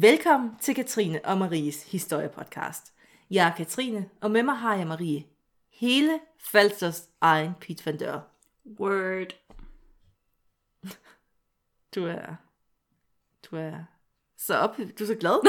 Velkommen til Katrine og Maries historiepodcast. Jeg er Katrine, og med mig har jeg Marie. Hele Falsters egen Piet van Deur. Word. Du er så glad.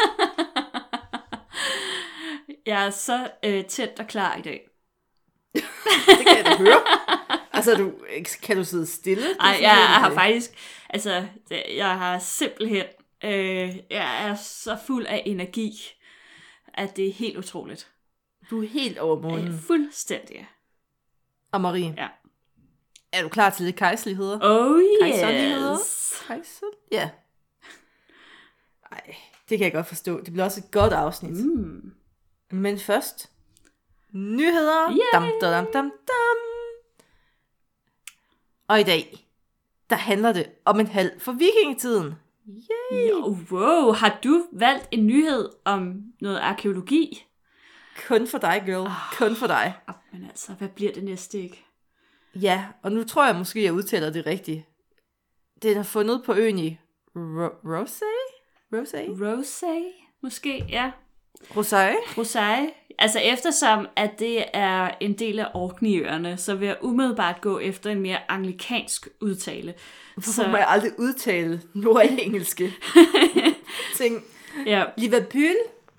Jeg er så tæt og klar i dag. Det kan jeg da høre. Altså, kan du sidde stille? Nej, jeg har faktisk, jeg har simpelthen, jeg er så fuld af energi, at det er helt utroligt. Du er helt over månen. Fuldstændig. Og Marie? Ja. Er du klar til lidt kejserligheder? Oh yes. Kejser? Ja. Ej, det kan jeg godt forstå. Det bliver også et godt afsnit. Men først, nyheder. Dam, dam, dam, dam. Og i dag, der handler det om en halv for vikingetiden. Yay! Wow, har du valgt en nyhed om noget arkeologi? Kun for dig, girl. Kun for dig. Men altså, hvad bliver det næste, ikke? Ja, og nu tror jeg måske, jeg udtaler det rigtigt. Den er fundet på øen i Rosé, måske, ja. Rosé. Altså eftersom, at det er en del af Orkneyøerne, så vil jeg umiddelbart gå efter en mere anglikansk udtale. Hvorfor må jeg aldrig udtale nordengelske ting? Ja. Liverpool?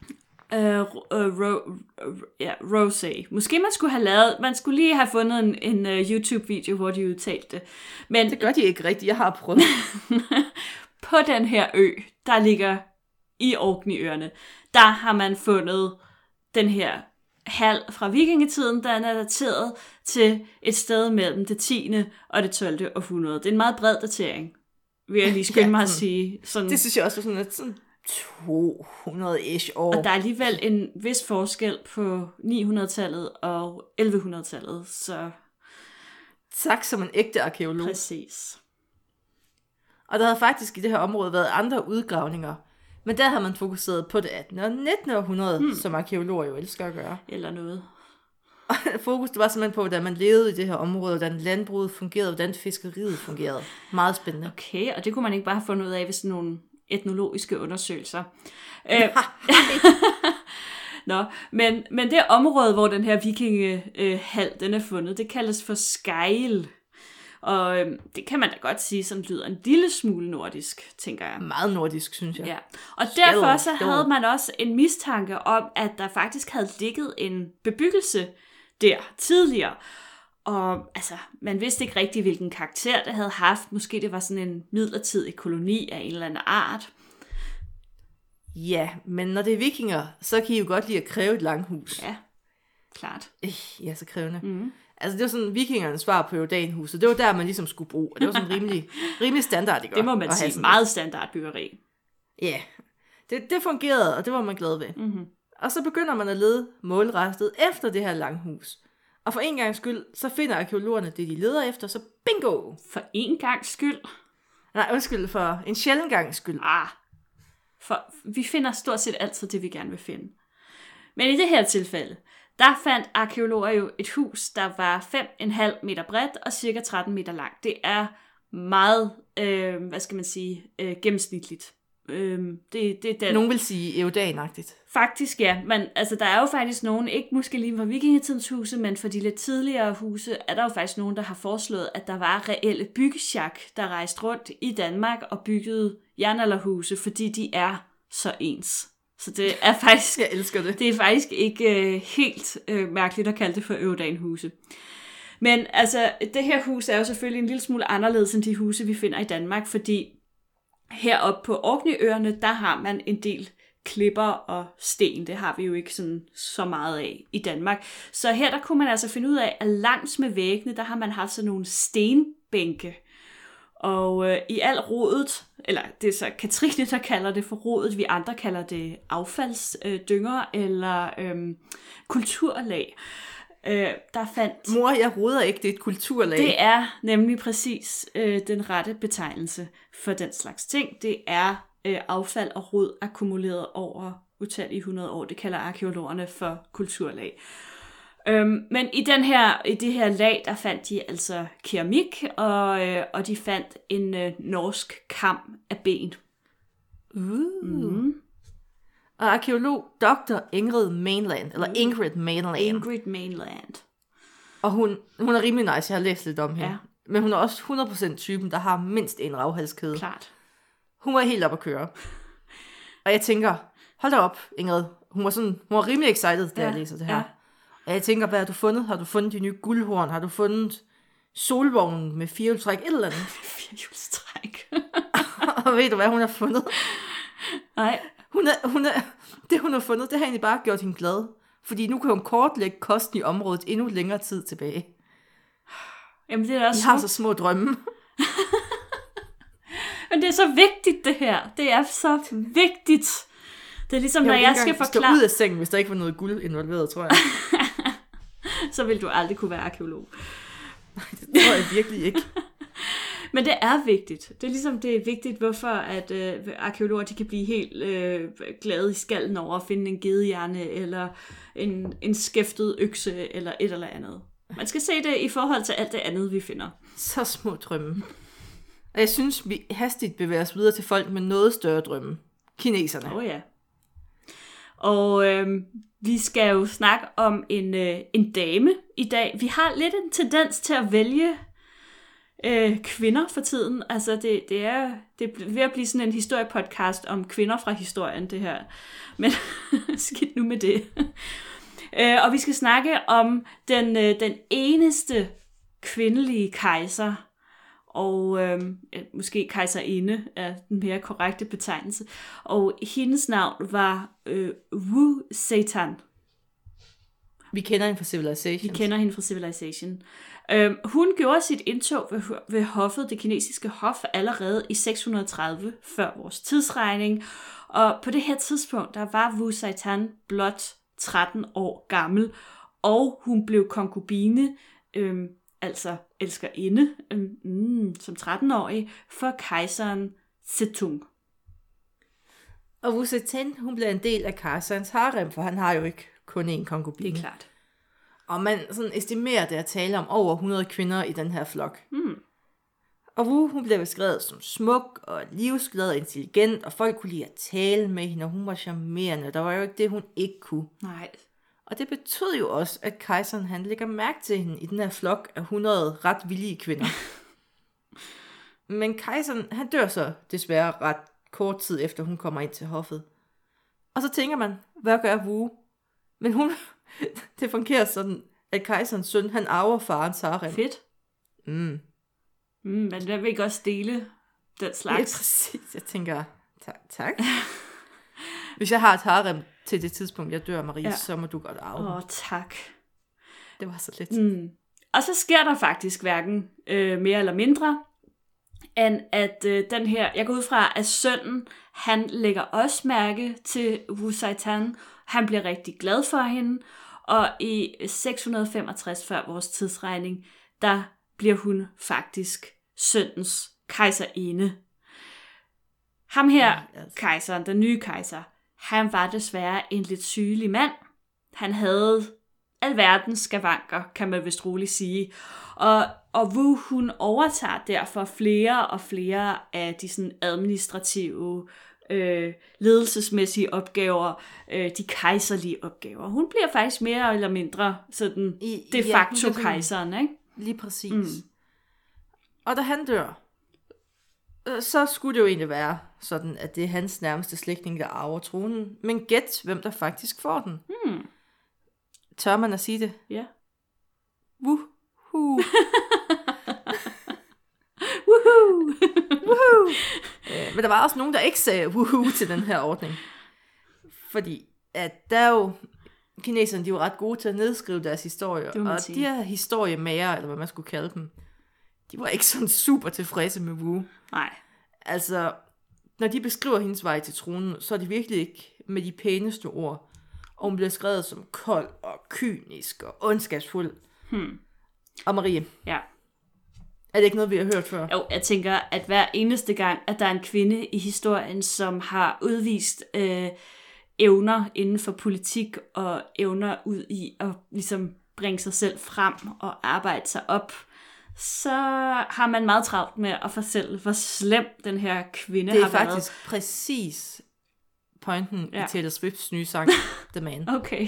Rosé. Måske man skulle lige have fundet en YouTube-video, hvor de udtalte det. Men det gør de ikke rigtigt, jeg har prøvet. På den her ø, der ligger i Orkneyøerne, der har man fundet den her hal fra vikingetiden, der er dateret til et sted mellem det 10. og det 12. århundrede. Det er en meget bred datering, vil jeg lige skynde mig at sige. Sådan, det synes jeg også var sådan 200-ish år. Og der er alligevel en vis forskel på 900-tallet og 1100-tallet, så... Tak som en ægte arkeolog. Præcis. Og der havde faktisk i det her område været andre udgravninger, men der har man fokuseret på det 18. og 19. århundrede, som arkeologer jo elsker at gøre. Eller noget. Og fokus det var simpelthen på, hvordan man levede i det her område, hvordan landbruget fungerede, hvordan fiskeriet fungerede. Meget spændende. Okay, og det kunne man ikke bare have fundet ud af ved sådan nogle etnologiske undersøgelser. Nå, men det område, hvor den her vikingehal, den er fundet, det kaldes for Skeil. Og det kan man da godt sige, sådan lyder en lille smule nordisk, tænker jeg. Meget nordisk, synes jeg. Ja. Og derfor så havde man også en mistanke om, at der faktisk havde ligget en bebyggelse der tidligere. Og altså, man vidste ikke rigtig, hvilken karakter det havde haft. Måske det var sådan en midlertidig koloni af en eller anden art. Ja, men når det er vikinger, så kan I jo godt lide at kræve et langhus. Ja, klart. Ja, så krævende. Mm. Altså, det var sådan vikingernes svar på Jordanhuset. Det var der, man ligesom skulle bruge. Og det var sådan rimelig standard, ikke? Det må man sige. Meget standardbyggeri. Ja, det fungerede, og det var man glad ved. Mm-hmm. Og så begynder man at lede målrettet efter det her langhus. Og for en gang skyld, så finder arkeologerne det, de leder efter, så bingo! For en gang skyld? Nej, undskyld, for en sjælden gang skyld. For vi finder stort set altid det, vi gerne vil finde. Men i det her tilfælde, der fandt arkeologer jo et hus, der var 5,5 meter bredt og cirka 13 meter langt. Det er meget, gennemsnitligt. Nogen vil sige eudanagtigt. Faktisk ja, men altså, der er jo faktisk nogen, ikke måske lige fra vikingetidens huse, men for de lidt tidligere huse, er der jo faktisk nogen, der har foreslået, at der var reelle byggesjak, der rejste rundt i Danmark og byggede jernalderhuse, fordi de er så ens. Så det er faktisk... Jeg elsker det. Det er faktisk ikke helt mærkeligt at kalde det for eudanhuse. Men altså, det her hus er jo selvfølgelig en lille smule anderledes end de huse, vi finder i Danmark, fordi heroppe på Orkneyøerne, der har man en del klipper og sten. Det har vi jo ikke sådan så meget af i Danmark. Så her der kunne man altså finde ud af, at langs med væggene, der har man haft sådan nogle stenbænke. Og i al rodet, eller det er så Katrine, der kalder det for rodet, vi andre kalder det affaldsdynger eller kulturlag. Der fandt... Mor, jeg roder ikke, det er et kulturlag. Det er nemlig præcis den rette betegnelse for den slags ting. Det er affald og rod akkumuleret over utallige 100 år. Det kalder arkeologerne for kulturlag. Men i det her lag, der fandt de altså keramik, og de fandt en norsk kam af ben. Og arkeolog Dr. Ingrid Mainland, eller Ingrid Mainland. Ingrid Mainland. Og hun er rimelig nice, jeg har læst lidt om hende. Ja. Men hun er også 100% typen, der har mindst en ravhalskæde. Klart. Hun var helt op at køre. Og jeg tænker, hold da op, Ingrid. Hun var rimelig excited, da jeg læser det her. Ja. Og jeg tænker, hvad har du fundet? Har du fundet de nye guldhorn? Har du fundet solvognen med firehjulstræk? Et eller andet. Firehjulstræk. Og ved du, hvad hun har fundet? Nej. Det, hun har fundet, det har egentlig bare gjort hende glad. Fordi nu kan hun kortlægge kosten i området endnu længere tid tilbage. Jamen, det er også har så små drømme. Men det er så vigtigt, det her. Det er så vigtigt. Det er ligesom, når jeg skal forklare... Stå ud af sengen, hvis der ikke var noget guld involveret, tror jeg. Så vil du aldrig kunne være arkeolog. Nej, det tror jeg virkelig ikke. Men det er vigtigt. Det er ligesom, det er vigtigt, hvorfor at arkeologer, de kan blive helt glade i skallen over at finde en gedehjerne, eller en skæftet økse, eller et eller andet. Man skal se det i forhold til alt det andet, vi finder. Så små drømme. Og jeg synes, vi hastigt bevæger os videre til folk med noget større drømme. Kineserne. Ja. Og vi skal jo snakke om en dame i dag. Vi har lidt en tendens til at vælge kvinder for tiden. Altså det er ved at blive sådan en historiepodcast om kvinder fra historien, det her. Men skidt nu med det. Og vi skal snakke om den eneste kvindelige kejser, og måske kejserinde er den mere korrekte betegnelse. Og hendes navn var Wu Zetian. Vi kender hende fra Civilization. Hun gjorde sit indtog ved hoffet, det kinesiske hof, allerede i 630 før vores tidsregning. Og på det her tidspunkt, der var Wu Zetian blot 13 år gammel, og hun blev konkubine, altså elskerinde, som 13-årig, for kejseren Zedong. Og Wu Zetian, hun blev en del af kejserens harem, for han har jo ikke kun én konkubine. Det er klart. Og man sådan estimerer det at tale om over 100 kvinder i den her flok. Og Wu, hun blev beskrevet som smuk og livsglad og intelligent, og folk kunne lide at tale med hende, og hun var charmerende. Der var jo ikke det, hun ikke kunne. Nej. Og det betød jo også, at kejseren han lægger mærke til hende i den her flok af 100 ret villige kvinder. Men kejseren, han dør så desværre ret kort tid efter, hun kommer ind til hoffet. Og så tænker man, hvad gør Wu? Men det fungerer sådan, at kejserens søn, han arver farens harem. Fedt. Men der vil ikke også dele den slags. Ja, præcis. Jeg tænker, tak. Hvis jeg har et harem til det tidspunkt, jeg dør, Marie, så må du godt arve. Tak. Det var så lidt. Og så sker der faktisk hverken mere eller mindre, end at den her, jeg går ud fra, at sønnen, han lægger også mærke til Wu Zetian. Han bliver rigtig glad for hende, og i 665 før vores tidsregning, der bliver hun faktisk sønnens kejserinde. Ham her, kejseren, den nye kejser, han var desværre en lidt sygelig mand. Han havde alverdens skavanker, kan man vist roligt sige. Og Wu, hun overtager derfor flere og flere af de sådan administrative, ledelsesmæssige opgaver, de kejserlige opgaver. Hun bliver faktisk mere eller mindre sådan de facto kejseren, ikke? Lige præcis. Og da han dør, så skulle det jo egentlig være sådan, at det er hans nærmeste slægtning, der arver tronen. Men gæt, hvem der faktisk får den. Tør man at sige det? Ja. Woohoo! Woohoo! Woohoo! Men der var også nogen, der ikke sagde woohoo til den her ordning. Fordi at der er jo... Kineserne, de var ret gode til at nedskrive deres historier. Og de her historiemager, eller hvad man skulle kalde dem, de var ikke sådan super tilfredse med Wu. Nej. Altså, når de beskriver hendes vej til tronen, så er det virkelig ikke med de pæneste ord. Og hun bliver skrevet som kold og kynisk og ondskabsfuld. Og Marie, ja. Er det ikke noget, vi har hørt før? Jo, jeg tænker, at hver eneste gang, at der er en kvinde i historien, som har udvist evner inden for politik og evner ud i at ligesom bringe sig selv frem og arbejde sig op, så har man meget travlt med at fortælle, hvor slem den her kvinde Det har er været. faktisk præcis pointen i Taylor Swifts nye sang, The Man. Okay.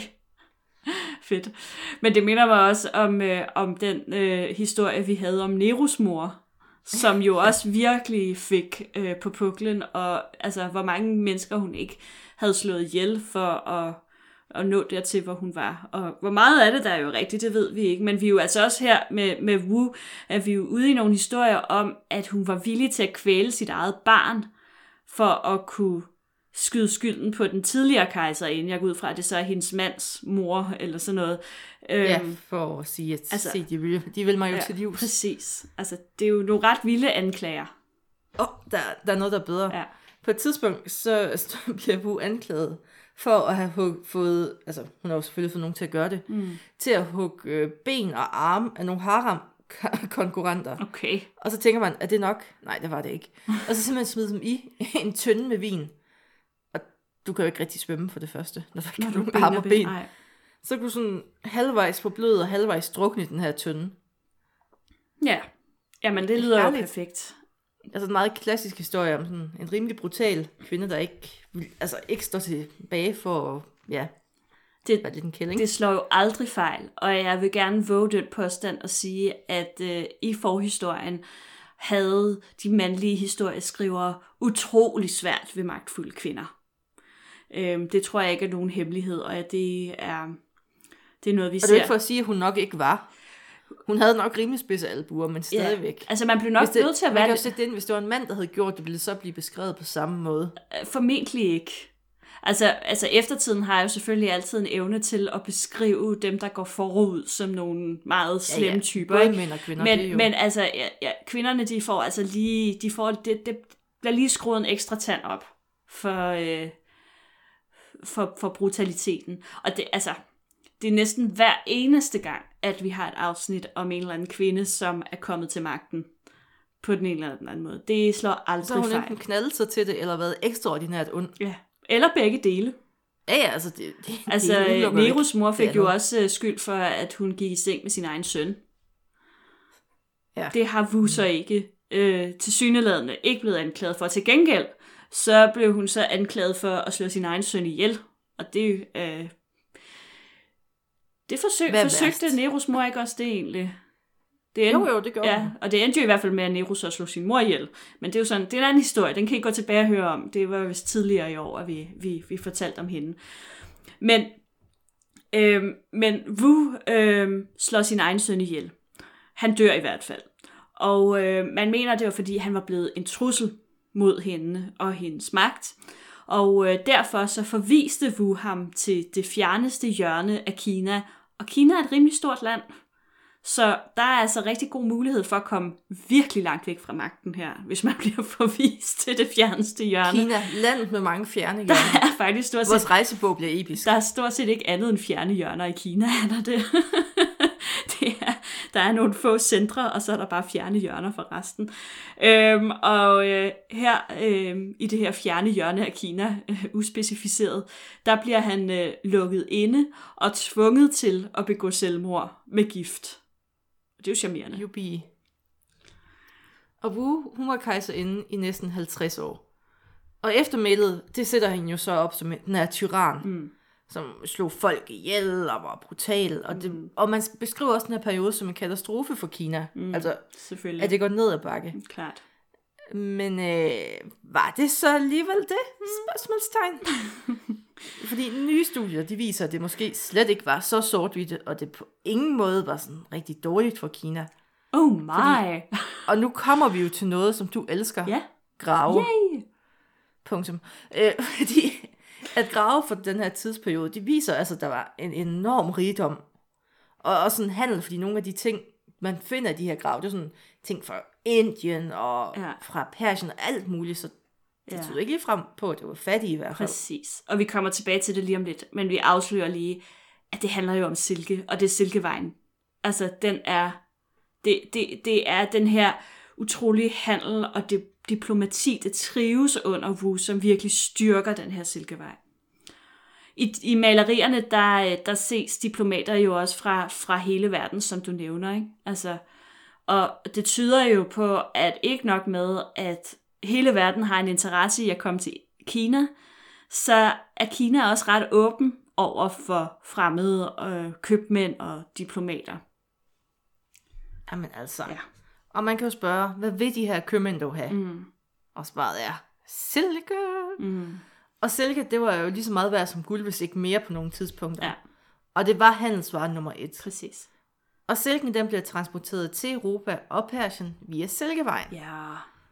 Fedt. Men det minder mig også om den historie, vi havde om Neros mor, som jo også virkelig fik på puklen, og altså, hvor mange mennesker hun ikke havde slået ihjel for at nå dertil, hvor hun var. Og hvor meget af det, der er jo rigtigt, det ved vi ikke. Men vi er jo altså også her med Wu, at vi er jo ude i nogle historier om, at hun var villig til at kvæle sit eget barn, for at kunne skyde skylden på den tidligere kejserinde. Jeg går ud fra, at det så er hendes mands mor, eller sådan noget. Ja, for at sige, at altså, de vil mig jo til livs. Præcis. Altså, det er jo nogle ret vilde anklager. Der er noget, der er bedre. Ja. På et tidspunkt, så bliver Wu anklaget for at have fået, altså hun har jo selvfølgelig fået nogen til at gøre det, til at hugge ben og arme af nogle harem-konkurrenter. Okay. Og så tænker man, er det nok? Nej, det var det ikke. Og så simpelthen smide dem i en tønde med vin. Og du kan jo ikke rigtig svømme for det første, når der ikke er nogen arme og ben. Så kan du sådan halvvejs på blød og halvvejs drukne i den her tønde. Ja. Jamen, det lyder jo perfekt. Altså en meget klassisk historie om sådan en rimelig brutal kvinde, der ikke står tilbage for det var lidt en kælling. Det slår jo aldrig fejl, og jeg vil gerne våge den påstand og sige, at i forhistorien havde de mandlige historieskrivere utrolig svært ved magtfulde kvinder. Det tror jeg ikke er nogen hemmelighed, og at det er noget, vi ser. Og det er ikke for at sige, at hun nok ikke var. Hun havde nok rimelig spidse albuer, men stadigvæk. Ja, altså man blev nok nødt til at være... Man kan jo sætte det ind, hvis det var en mand, der havde gjort det, ville det så blive beskrevet på samme måde? Formentlig ikke. Altså eftertiden har jo selvfølgelig altid en evne til at beskrive dem, der går forud som nogle meget slemme typer. Både mænd og kvinder, men altså, kvinderne, de får altså lige... Det bliver lige skruet en ekstra tand op for brutaliteten. Og det, altså... Det er næsten hver eneste gang, at vi har et afsnit om en eller anden kvinde, som er kommet til magten på den ene eller den anden måde. Det slår aldrig fejl. Så har hun enten knaldet sig til det, eller været ekstraordinært ond. Ja, eller begge dele. Ja, altså Neros mor fik jo også skyld for, at hun gik i seng med sin egen søn. Ja. Det har Wu så ikke tilsyneladende ikke blevet anklaget for. Til gengæld, så blev hun så anklaget for at slå sin egen søn ihjel. Og det det forsøgte Neros mor ikke også det egentlig? Jo, det gjorde hun. Og det endte jo i hvert fald med, at Nero så slog sin mor ihjel. Men det er jo sådan, det er en anden historie, den kan I gå tilbage og høre om. Det var vist tidligere i år, at vi fortalte om hende. Men Wu slår sin egen søn ihjel. Han dør i hvert fald. Og man mener, det var fordi, han var blevet en trussel mod hende og hendes magt. Og derfor så forviste Wu ham til det fjerneste hjørne af Kina. Og Kina er et rimelig stort land. Så der er altså rigtig god mulighed for at komme virkelig langt væk fra magten her, hvis man bliver forvist til det fjerneste hjørne. Kina, landet med mange fjerne hjørner. Der er faktisk stort set... Vores rejsebog bliver episk. Der er stort set ikke andet end fjerne hjørner i Kina, er der det? Der er nogle få centre, og så er der bare fjerne hjørner for resten. Her i det her fjerne hjørne af Kina, uspecificeret, der bliver han lukket inde og tvunget til at begå selvmord med gift. Det er jo charmerende. Jubi. Og Wu, hun var kejserinde i næsten 50 år. Og eftermælet, det sætter hende jo så op som den her tyran, som slog folk ihjel og var brutal. Og man beskriver også den her periode som en katastrofe for Kina. Altså, at det går ned ad bakke. Klart. Men var det så alligevel det? Spørgsmålstegn. Fordi nye studier, de viser, at det måske slet ikke var så sort-hvidt, og det på ingen måde var sådan rigtig dårligt for Kina. Oh my! Og nu kommer vi jo til noget, som du elsker. Ja. Grave. Yay! Punktum. Fordi at grave for den her tidsperiode, de viser altså, at der var en enorm rigdom. Og også en handel, fordi nogle af de ting, man finder i de her grave, det er sådan ting fra Indien og fra Persien og alt muligt, så det tyder ikke lige frem på, at det var fattige i hvert fald. Præcis. Og vi kommer tilbage til det lige om lidt, men vi afslører lige, at det handler jo om silke, og det er Silkevejen. Altså, det er den her utrolige handel og diplomati, det trives under Wu, som virkelig styrker den her Silkevej. I malerierne, der ses diplomater jo også fra hele verden, som du nævner, ikke? Altså, Og det tyder jo på, at ikke nok med, at hele verden har en interesse i at komme til Kina, så er Kina også ret åben over for fremmede købmænd og diplomater. Jamen altså. Ja. Og man kan jo spørge, hvad vil de her købmænd dog have? Og svaret er, silke. Og silke, det var jo lige så meget værd som guld, hvis ikke mere på nogle tidspunkter. Ja. Og det var handelsvare nummer 1. Præcis. Og silken, den bliver transporteret til Europa og Persien via Silkevejen. Ja.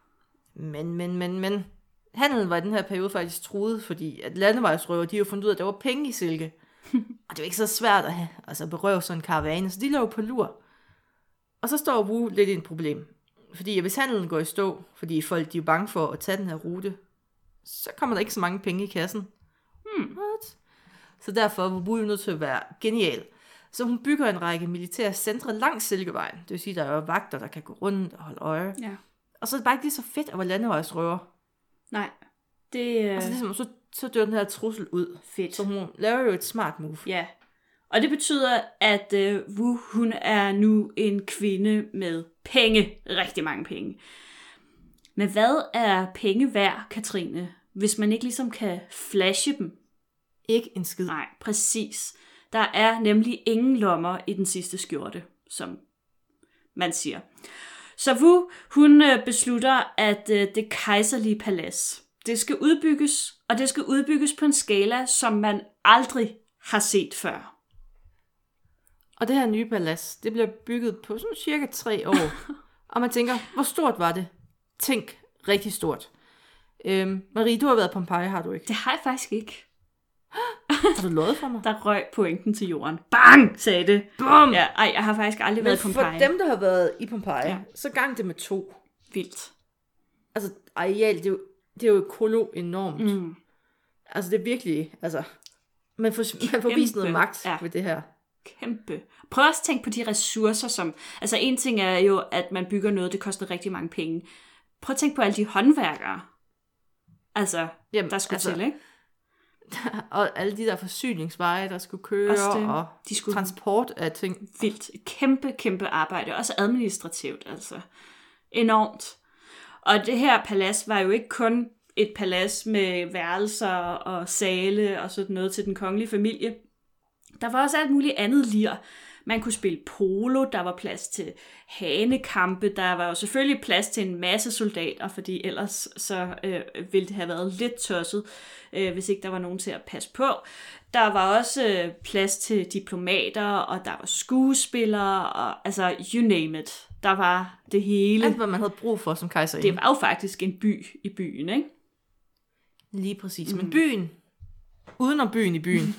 Men. Handelen var i den her periode faktisk truet, fordi at landevejsrøver, de har jo fundet ud af, at der var penge i silke. Og det er jo ikke så svært at berøve sådan en karavane, så de lå på lur. Og så står Wu lidt i et problem. Fordi hvis handelen går i stå, fordi folk de er bange for at tage den her rute, så kommer der ikke så mange penge i kassen. What? Så derfor var Wu nødt til at være genial. Så hun bygger en række militære centre langs Silkevejen. Det vil sige, der er vagter, der kan gå rundt og holde øje. Ja. Og så er det bare ikke lige så fedt at være landevejsrøver. Nej. Det, altså ligesom, så dør den her trussel ud. Fedt. Så hun laver jo et smart move. Ja. Og det betyder, at Wu, hun er nu en kvinde med penge. Rigtig mange penge. Men hvad er penge værd, Katrine, hvis man ikke ligesom kan flashe dem? Ikke en skid. Nej, præcis. Der er nemlig ingen lommer i den sidste skjorte, som man siger. Så Wu, hun beslutter, at det kejserlige palads, det skal udbygges, og det skal udbygges på en skala, som man aldrig har set før. Og det her nye palads, det bliver bygget på sådan cirka 3 år. Og man tænker, hvor stort var det? Tænk, rigtig stort. Marie, du har været i Pompeji, har du ikke? Det har jeg faktisk ikke. Har du lovet for mig? Der røg pointen til jorden. Bang, sagde det. Bum! Ja, jeg har faktisk aldrig været i Pompeji. Men for dem, der har været i Pompeji, så gang det med 2. Vildt. Altså, areal, det er jo kolo enormt. Altså, det er virkelig, man får vist noget magt ved det her. Kæmpe. Prøv også at tænke på de ressourcer, som... Altså, en ting er jo, at man bygger noget, det koster rigtig mange penge. Prøv at tænke på alle de håndværkere. Altså, der skulle til, ikke? Og alle de der forsyningsveje, der skulle køre, og de skulle transport af ting. Vildt. Kæmpe arbejde. Også administrativt, altså. Enormt. Og det her palads var jo ikke kun et palads med værelser og sale og sådan noget til den kongelige familie. Der var også alt muligt andet lir. Man kunne spille polo, der var plads til hanekampe, der var jo selvfølgelig plads til en masse soldater, fordi ellers så ville det have været lidt tosset, hvis ikke der var nogen til at passe på. Der var også plads til diplomater, og der var skuespillere, og altså you name it. Der var det hele. Alt, hvad man havde brug for som kejserinde. Det var jo faktisk en by i byen, ikke? Lige præcis. Men byen, udenom byen i byen,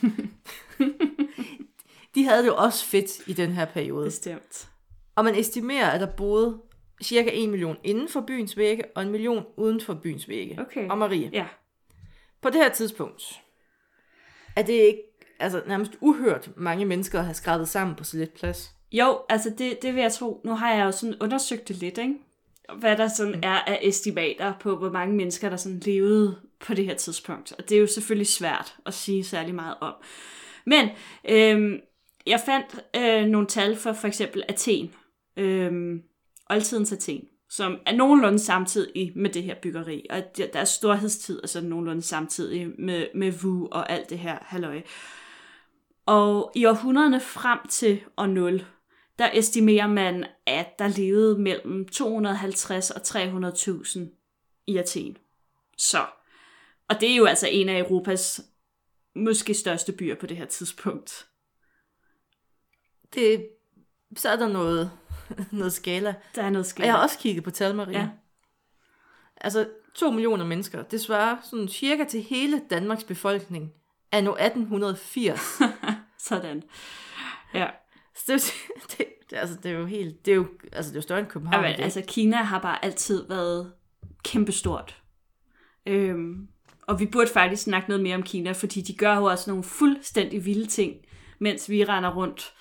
de havde det jo også fedt i den her periode. Bestemt. Og man estimerer, at der boede cirka 1 million inden for byens vægge, og 1 million uden for byens vægge. Okay. Og Marie. Ja. På det her tidspunkt er det ikke nærmest uhørt mange mennesker har skrabet sammen på så lidt plads. Jo, altså det vil jeg tro. Nu har jeg jo sådan undersøgt det lidt, ikke? Hvad der sådan er af estimater på, hvor mange mennesker, der sådan levede på det her tidspunkt. Og det er jo selvfølgelig svært at sige særlig meget om. Men jeg fandt nogle tal for eksempel Athen. Oldtidens Athen, som er nogenlunde samtidig med det her byggeri. Og deres storhedstid er sådan nogenlunde samtidig med Wu og alt det her halløj. Og i århundrederne frem til år 0, der estimerer man, at der levede mellem 250 og 300.000 i Athen. Så. Og det er jo altså en af Europas måske største byer på det her tidspunkt. Så er der noget skala. Der er noget skala. Og jeg har også kigget på tal, Marie. Ja. Altså 2 millioner mennesker, det svarer sådan cirka til hele Danmarks befolkning anno 1880. Sådan. Ja. Så det er jo helt, det er jo større end København. Jamen, altså Kina har bare altid været kæmpestort. Og vi burde faktisk snakke noget mere om Kina, fordi de gør jo også nogle fuldstændig vilde ting, mens vi render rundt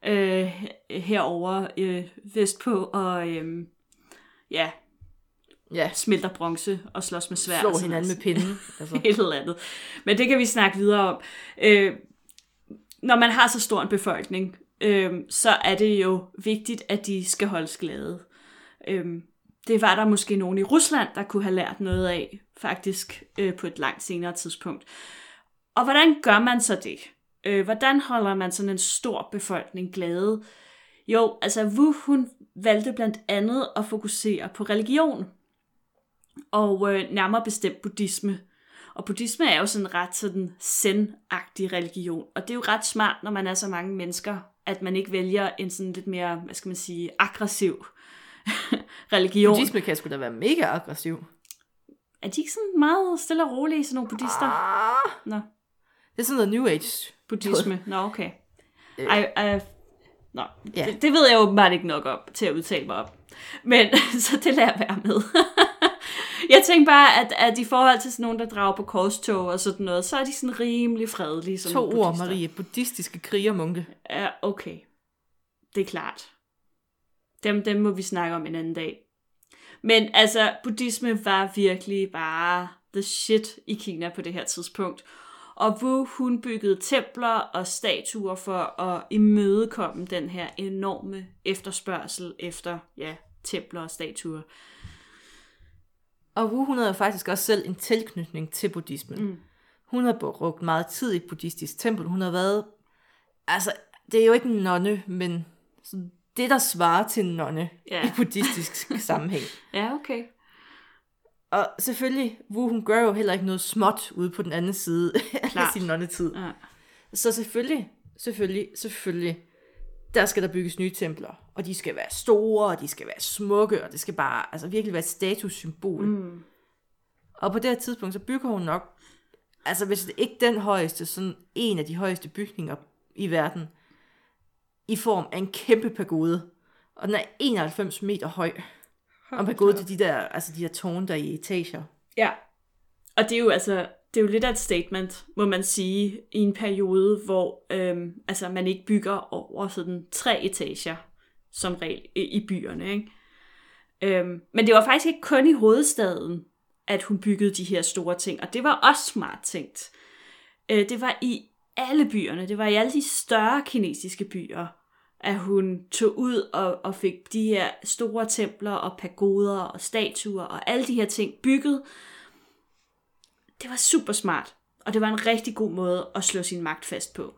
herover vestpå og smelter bronze og slås med sværd. Slår hinanden med pinden. Altså. Et eller andet. Men det kan vi snakke videre om. Når man har så stor en befolkning, så er det jo vigtigt, at de skal holdes glade. Det var der måske nogen i Rusland, der kunne have lært noget af, faktisk på et langt senere tidspunkt. Og hvordan gør man så det? Hvordan holder man sådan en stor befolkning glade? Jo, altså Wu, hun valgte blandt andet at fokusere på religion, og nærmere bestemt buddhisme. Og buddhisme er jo sådan ret sådan zen-agtig religion, og det er jo ret smart, når man er så mange mennesker, at man ikke vælger en sådan lidt mere, hvad skal man sige, aggressiv religion. Buddhisme kan sgu da være mega aggressiv. Er de ikke sådan meget stille og rolige, sådan nogle buddhister? Nå. Det er sådan noget New Age. Buddhisme, nå okay. Nå, ja. Det ved jeg jo åbenbart ikke nok om til at udtale mig om. Men så det lader jeg være med. Jeg tænker bare, at i forhold til sådan nogen, der drager på korstog og sådan noget, så er de sådan rimelig fredelige som 2 ord, Marie. Buddhistiske krigermunke. Ja, okay. Det er klart. Dem må vi snakke om en anden dag. Men altså, buddhisme var virkelig bare the shit i Kina på det her tidspunkt. Og Wu, hun byggede templer og statuer for at imødekomme den her enorme efterspørgsel efter, ja, templer og statuer. Og Wu, hun havde faktisk også selv en tilknytning til buddhismen. Hun har brugt meget tid i et buddhistisk tempel. Hun har været, altså, det er jo ikke en nonne, men det, der svarer til en nonne i buddhistisk sammenhæng. Ja, okay. Og selvfølgelig, Wu, hun gør jo heller ikke noget småt ude på den anden side af sin nonnetid. Ja. Så selvfølgelig, der skal der bygges nye templer. Og de skal være store, og de skal være smukke, og det skal bare altså virkelig være et statussymbol. Og på det her tidspunkt, så bygger hun nok, altså hvis det ikke den højeste, sådan en af de højeste bygninger i verden, i form af en kæmpe pagode. Og den er 91 meter høj. Og pagode til de der tårne, der er i etager. Ja, og det er jo altså, det er jo lidt af et statement, må man sige, i en periode, hvor altså man ikke bygger over sådan 3 etager, som regel i byerne, ikke? Men det var faktisk ikke kun i hovedstaden, at hun byggede de her store ting, og det var også smart tænkt. Det var i alle byerne, det var i alle de større kinesiske byer, at hun tog ud og fik de her store templer og pagoder og statuer og alle de her ting bygget. Det var super smart, og det var en rigtig god måde at slå sin magt fast på.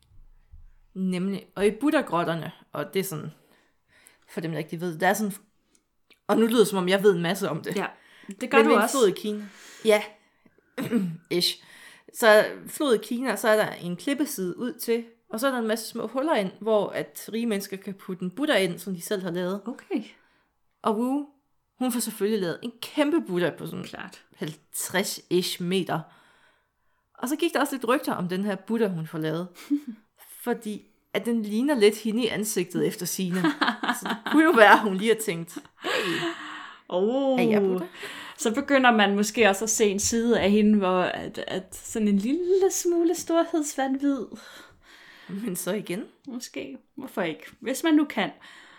Nemlig, og i Buddha-grotterne, og det er sådan, for dem der ikke ved, der er sådan, og nu lyder det som om jeg ved en masse om det. Ja, det gør du også. Flod i Kina. Ja, ish. Så flod i Kina, så er der en klippeside ud til, og så er der en masse små huller ind, hvor at rige mennesker kan putte en Buddha ind, som de selv har lavet. Okay. Og Wu, hun får selvfølgelig lavet en kæmpe Buddha på sådan 50-ish meter. Og så gik der også lidt rygter om den her Buddha, hun får lavet. Fordi at den ligner lidt hende i ansigtet efter sigende. Så det kunne jo være, at hun lige har tænkt, hey, er jeg Buddha? Så begynder man måske også at se en side af hende, hvor at sådan en lille smule storhedsvanvid. Men så igen? Måske. Hvorfor ikke? Hvis man nu kan.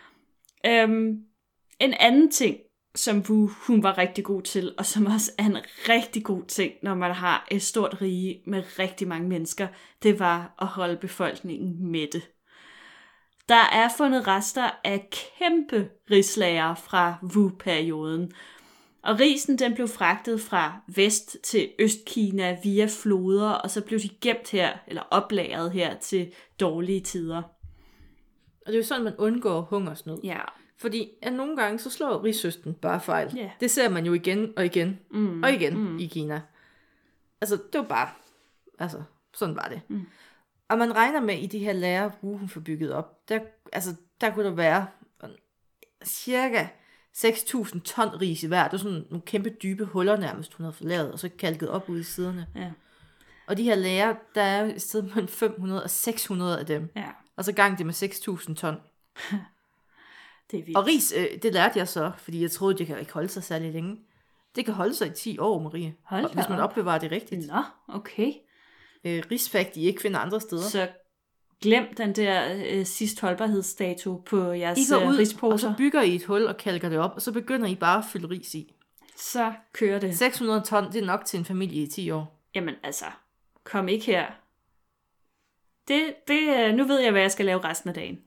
En anden ting, som hun var rigtig god til, og som også er en rigtig god ting, når man har et stort rige med rigtig mange mennesker, det var at holde befolkningen mætte. Der er fundet rester af kæmpe rislager fra Wu-perioden, og risen den blev fragtet fra vest til Østkina via floder, og så blev de gemt her, eller oplagret her til dårlige tider. Og det er jo sådan, man undgår hungersnød. Ja. Fordi at nogle gange, så slår rigshøsten bare fejl. Yeah. Det ser man jo igen og igen og igen i Kina. Altså, det var bare, altså, sådan var det. Og man regner med, i de her lager, hun får bygget op, der kunne der være cirka 6.000 ton ris i hver. Det var sådan nogle kæmpe dybe huller nærmest, hun havde fået lavet, og så kalket op ude i siderne. Ja. Og de her lager, der er et sted mellem 500 og 600 af dem. Ja. Og så gang det med 6.000 ton. Det er vildt. Og ris, det lærte jeg så, fordi jeg troede, det kan ikke holde sig særlig længe. Det kan holde sig i 10 år, Marie. Hvis man opbevarer det rigtigt. Nå, okay. Risfakt, de ikke finder andre steder. Så glem den der sidst holdbarhedsdato på jeres risposer. Og så bygger I et hul og kalker det op, og så begynder I bare at fylde ris i. Så kører det. 600 ton, det er nok til en familie i 10 år. Jamen altså, kom ikke her. nu ved jeg, hvad jeg skal lave resten af dagen.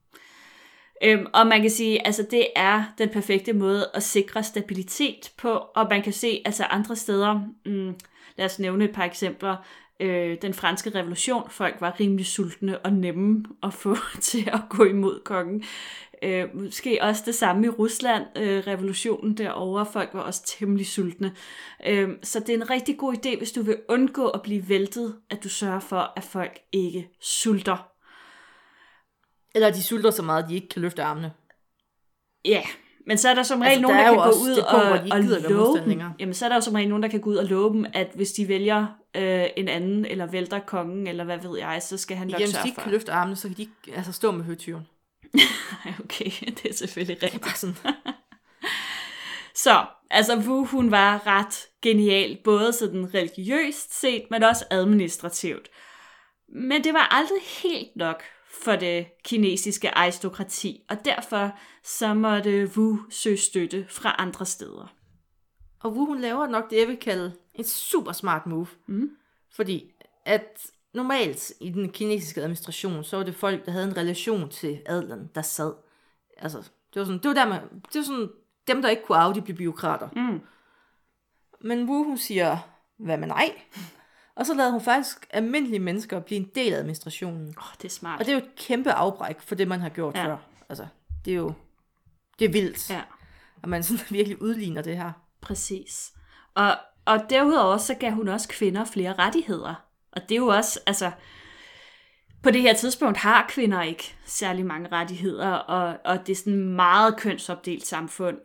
Og man kan sige, altså det er den perfekte måde at sikre stabilitet på, og man kan se altså andre steder, lad os nævne et par eksempler, den franske revolution, folk var rimelig sultne og nemme at få til at gå imod kongen. Måske også det samme i Rusland, revolutionen derovre, folk var også temmelig sultne. Så det er en rigtig god idé, hvis du vil undgå at blive væltet, at du sørger for, at folk ikke sulter. Eller de sulter så meget, at de ikke kan løfte armene. Ja, men så er der som regel nogen, der kan gå ud og love dem. Jamen, så er der jo som regel nogen, der kan gå ud og love dem, at hvis de vælger en anden, eller vælter kongen, eller hvad ved jeg, så skal han nok sørge for. Hvis de ikke kan løfte armene, så kan de ikke stå med høtyven. Okay, det er selvfølgelig rigtigt. Så, altså Wu, hun var ret genial, både sådan religiøst set, men også administrativt. Men det var aldrig helt nok for det kinesiske aristokrati, og derfor så måtte Wu søge støtte fra andre steder. Og Wu, hun laver nok det, jeg vil kalde et super smart move. Fordi at normalt i den kinesiske administration, så var det folk, der havde en relation til adelen, der sad. Altså, det var sådan dem, der ikke kunne arve, de blev bureaukrater. Men Wu, hun siger, hvad med nej? Og så lavede hun faktisk almindelige mennesker blive en del af administrationen. Det er smart. Og det er jo et kæmpe afbræk for det, man har gjort før. Altså, det er vildt. Ja. Og man sådan virkelig udligner det her. Præcis. Og derudover så gav hun også kvinder flere rettigheder. Og det er jo også, altså, på det her tidspunkt har kvinder ikke særlig mange rettigheder, og det er sådan et meget kønsopdelt samfund.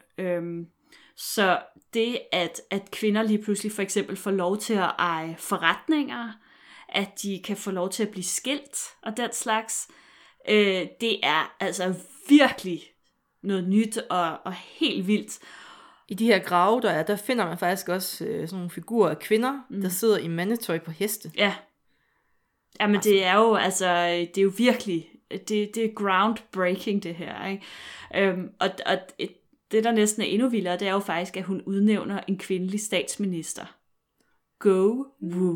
Så det, at kvinder lige pludselig for eksempel får lov til at eje forretninger, at de kan få lov til at blive skilt og den slags, det er altså virkelig noget nyt og helt vildt. I de her grave, der finder man faktisk også sådan nogle figurer af kvinder, der sidder i mandetøj på heste. Ja. Jamen det er jo altså, det er jo virkelig, det er groundbreaking det her, ikke? Og det, der næsten er endnu vildere, det er jo faktisk, at hun udnævner en kvindelig statsminister. Go Wu.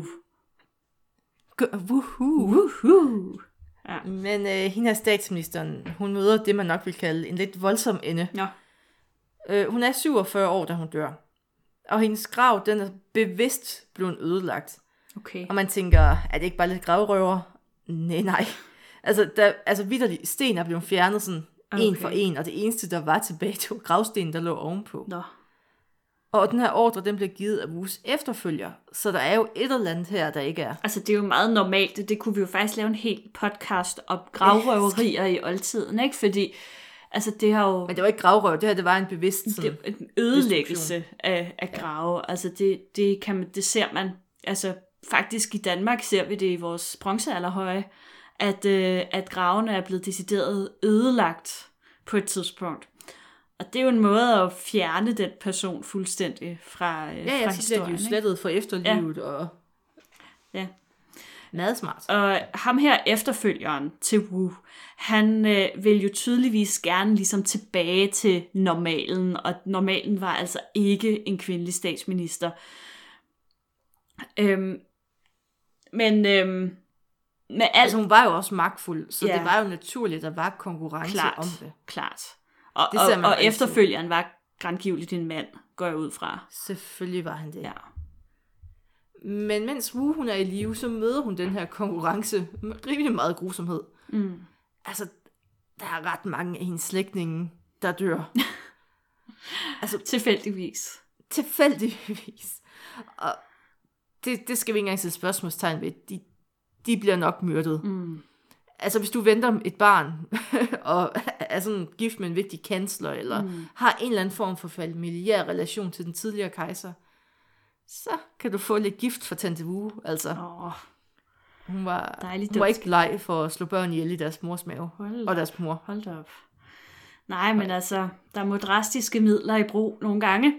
Woohoo. Ja. Men hende her statsministeren, hun møder det, man nok vil kalde en lidt voldsom ende. Ja. Hun er 47 år, da hun dør. Og hendes grav, den er bevidst blevet ødelagt. Okay. Og man tænker, er det ikke bare lidt gravrøver? Nej. Altså vitterligt, sten er blevet fjernet sådan en for en, og det eneste, der var tilbage, det var gravstenen, der lå ovenpå. Nå. Og den her ordre, den blev givet af Wus efterfølger, så der er jo et eller andet her, der ikke er. Altså, det er jo meget normalt. Det kunne vi jo faktisk lave en hel podcast om gravrøverier i oldtiden, ikke? Fordi, altså, det har jo... Men det var ikke gravrøv, det her, det var en bevidst sådan, en ødelæggelse af grave. Ja. Altså, det ser man... Altså, faktisk i Danmark ser vi det i vores bronzealderhøje, at gravene er blevet decideret ødelagt på et tidspunkt. Og det er jo en måde at fjerne den person fuldstændig fra historien. Så bliver de jo slettet for efterlivet. Og... Ja. Meget smart. Og ham her efterfølgeren til Wu, han vil jo tydeligvis gerne ligesom tilbage til normalen, og normalen var altså ikke en kvindelig statsminister. Altså hun var jo også magtfuld, så det var jo naturligt, at der var konkurrence om det. Klart. Og efterfølgeren var grandgiveligt en mand, går jeg ud fra. Selvfølgelig var han det. Ja. Men mens Wu, hun er i live, så møder hun den her konkurrence med rimelig meget grusomhed. Altså, der er ret mange af hendes slægtninge, der dør. Altså, tilfældigvis. Og det skal vi ikke engang sætte spørgsmålstegn ved. De bliver nok myrdet. Altså, hvis du venter et barn, og er sådan gift med en vigtig kansler, eller har en eller anden form for familiær relation til den tidligere kejser, så kan du få lidt gift for tante Wu. Altså, hun var ikke bleg for at slå børn ihjel i deres mors mave. Og deres mor. Hold da op. Nej, men altså, der må drastiske midler i brug nogle gange.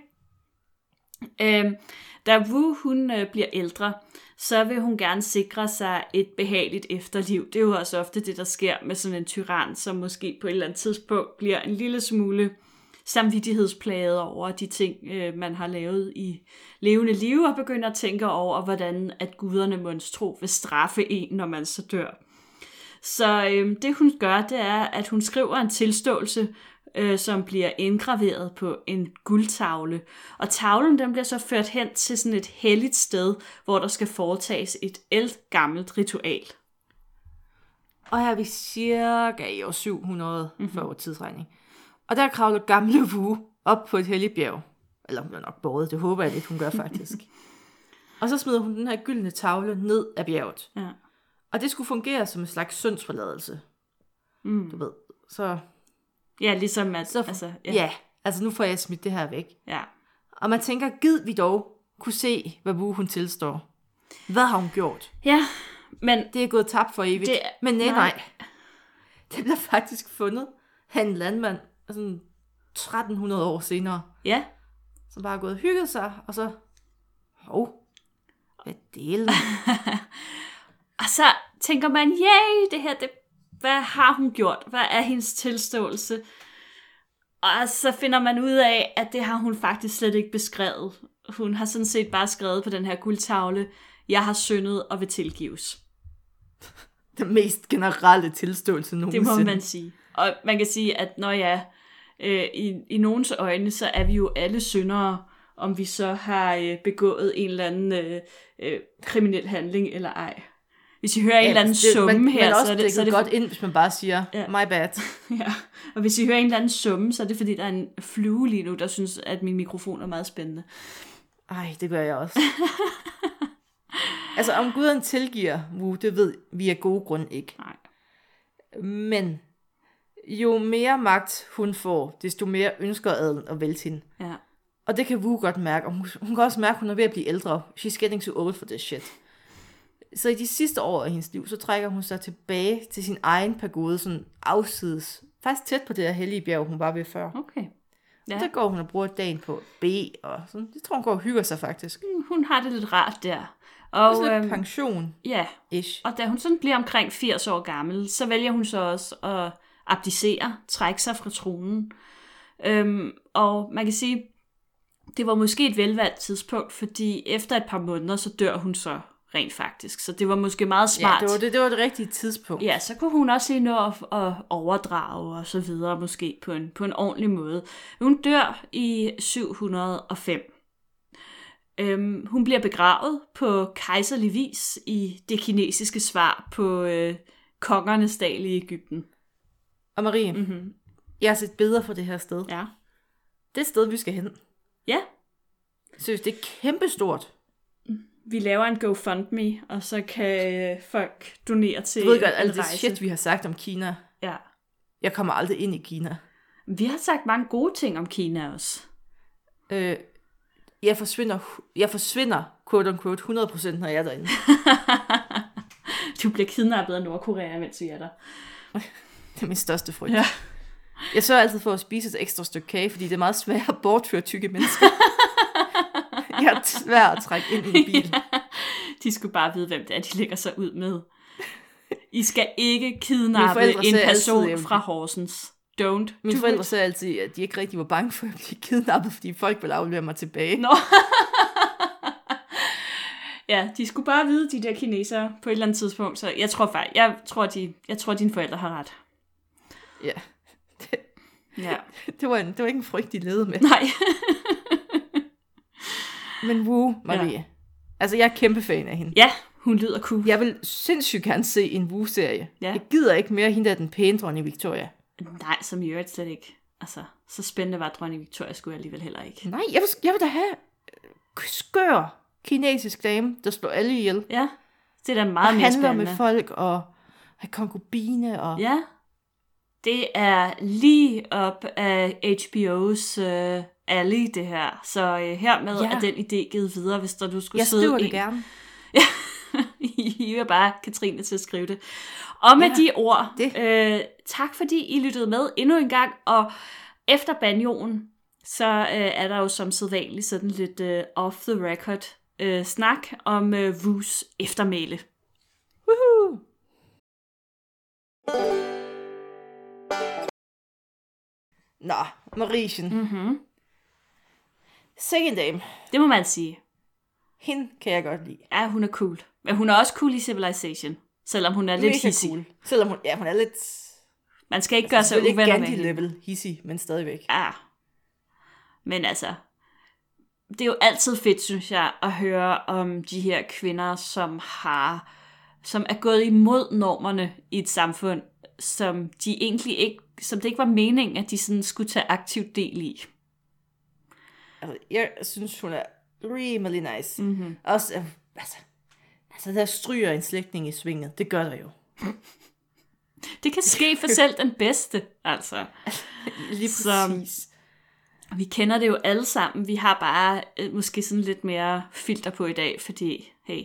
Da Wu, hun bliver ældre, så vil hun gerne sikre sig et behageligt efterliv. Det er jo også ofte det, der sker med sådan en tyran, som måske på et eller andet tidspunkt bliver en lille smule samvittighedsplaget over de ting, man har lavet i levende liv, og begynder at tænke over, hvordan at guderne monstro vil straffe en, når man så dør. Så det hun gør, det er, at hun skriver en tilståelse, som bliver indgraveret på en guldtavle. Og tavlen den bliver så ført hen til sådan et helligt sted, hvor der skal foretages et ældgammelt ritual. Og her er vi cirka i år 700 for vores tidsregning. Og der kravler gamle Wu op på et helligt bjerg. Eller hun er nok båret, det håber jeg lidt, hun gør faktisk. Og så smider hun den her gyldne tavle ned af bjerget. Ja. Og det skulle fungere som en slags syndsforladelse. Du ved, så... Ja, ligesom at... Altså nu får jeg smidt det her væk. Ja. Og man tænker, gid vi dog kunne se, hvad Wu hun tilstår. Hvad har hun gjort? Ja, men... Det er gået tabt for evigt. Men nej. Det bliver faktisk fundet af en landmand, sådan 1300 år senere. Ja. Som bare har gået og hygget sig, og så... hvad delen? Og så tænker man, det her, hvad har hun gjort? Hvad er hendes tilståelse? Og så finder man ud af, at det har hun faktisk slet ikke beskrevet. Hun har sådan set bare skrevet på den her guldtavle, jeg har syndet og vil tilgives. Den mest generelle tilståelse nogensinde. Det må man sige. Og man kan sige, at i nogens øjne, så er vi jo alle syndere, om vi så har begået en eller anden kriminel handling eller ej. Hvis I hører en eller anden summe her, så er det... Men også godt ind, hvis man bare siger, my bad. Ja, og hvis I hører en eller anden summe, så er det fordi, der er en flue lige nu, der synes, at min mikrofon er meget spændende. Ej, det gør jeg også. Altså, om guderne tilgiver Wu, det ved vi af gode grunde ikke. Nej. Men jo mere magt hun får, desto mere ønsker adelen at vælte hende. Ja. Og det kan Wu godt mærke. Og hun kan også mærke, at hun er ved at blive ældre. She's getting too old for this shit. Så i de sidste år af hendes liv, så trækker hun sig tilbage til sin egen pagode, sådan afsides. Faktisk tæt på det her hellige bjerg, hun var ved før. Okay. Ja. Og der går hun og bruger dagen på B, og sådan. Det tror hun går og hygger sig faktisk. Hun har det lidt rart der. Og sådan lidt pension. Ja, ish. Og da hun sådan bliver omkring 80 år gammel, så vælger hun så også at abdicere, trække sig fra tronen. Og man kan sige, det var måske et velvalgt tidspunkt, fordi efter et par måneder, så dør hun så rent faktisk. Så det var måske meget smart. Ja, det var det rigtige tidspunkt. Ja, så kunne hun også lige nå at overdrage og så videre, måske på en ordentlig måde. Hun dør i 705. Hun bliver begravet på kejserlig vis i det kinesiske svar på kongernes dal i Egypten. Og Marie, jeg har set billeder fra det her sted. Ja. Det er et sted, vi skal hen. Ja. Seriøst, det er kæmpestort. Vi laver en GoFundMe, og så kan folk donere til du ved godt, alt det shit, vi har sagt om Kina. Ja. Jeg kommer aldrig ind i Kina. Vi har sagt mange gode ting om Kina også. Jeg forsvinder quote unquote 100%, når jeg er derinde. Du bliver kidnappet af Nordkorea, mens vi er der. Det er min største frygt. Ja. Jeg sørger altid for at spise et ekstra stykke kage, fordi det er meget svært at bortføre tykke mennesker. Jeg er svær at trække ind i en bil. Ja. De skulle bare vide, hvem det er, de lægger sig ud med. I skal ikke kidnappe en person fra Horsens. Don't. Mine forældre sagde altid, at de ikke rigtig var bange for at blive kidnappet, fordi folk ville aflevere mig tilbage. Nå. Ja, de skulle bare vide, de der kinesere, på et eller andet tidspunkt. Så jeg tror dine forældre har ret. Ja. Ja. Det var ikke en frygt, de levede med. Nej. Men Wu, Marie. Ja. Altså, jeg er kæmpe fan af hende. Ja, hun lyder cool. Jeg vil sindssygt gerne se en Wu-serie. Ja. Jeg gider ikke mere hende, der den pæne dronning Victoria. Nej, som i øvrigt slet ikke. Altså, så spændende var dronning Victoria skulle jeg alligevel heller ikke. Nej, jeg vil da have skør kinesisk dame, der slår alle ihjel. Ja, det er da meget mere spændende. Og handler med folk og have konkubine og... Ja, det er lige op af HBO's alley, det her. Så hermed er den idé givet videre, hvis du skulle sidde Jeg skriver det gerne. Ja, I er bare Katrine til at skrive det. Og med de ord, tak fordi I lyttede med endnu en gang, og efter banjoen, så er der jo som sædvanligt sådan lidt off the record snak om Wus eftermæle. Woohoo! Nå, Mariechen. Second dame. Det må man sige. Hende kan jeg godt lide. Ja, hun er cool. Men hun er også cool i Civilization. Selvom hun er lidt hissig. Cool. Selvom hun er lidt... Man skal ikke gøre sig uvenner med hende. Gandhi-level hissig, men stadigvæk. Ja. Men altså, det er jo altid fedt, synes jeg, at høre om de her kvinder, som er gået imod normerne i et samfund, som det ikke var meningen, at de sådan skulle tage aktivt del i. Altså, jeg synes, hun er really nice. Mm-hmm. Også, altså, der stryger en slægtning i svinget. Det gør der jo. Det kan ske for selv den bedste, altså. Lige præcis. Vi kender det jo alle sammen. Vi har bare måske sådan lidt mere filter på i dag, fordi, hey.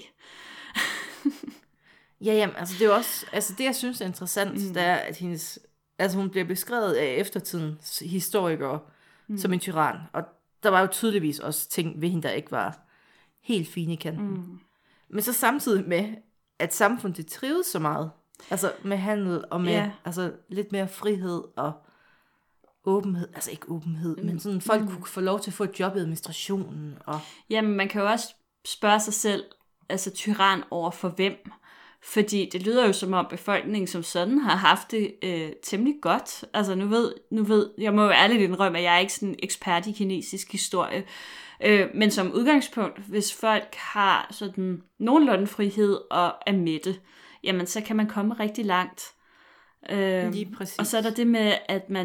Jamen, altså det er jo også, altså det jeg synes er interessant, det er, at hun bliver beskrevet af eftertidens historikere som en tyran, og der var jo tydeligvis også ting ved hende, der ikke var helt fine i kanten. Men så samtidig med, at samfundet trives så meget, altså med handel og med altså lidt mere frihed og åbenhed, altså ikke åbenhed, men sådan folk kunne få lov til at få et job i administrationen. Og... Jamen, man kan jo også spørge sig selv, altså tyran over for hvem? Fordi det lyder jo som om befolkningen som sådan har haft det temmelig godt. Altså nu ved, jeg må jo ærligt indrømme, at jeg er ikke sådan ekspert i kinesisk historie. Men som udgangspunkt, hvis folk har sådan nogenlunde frihed og er mætte, jamen så kan man komme rigtig langt. Lige præcis. Og så er der det med,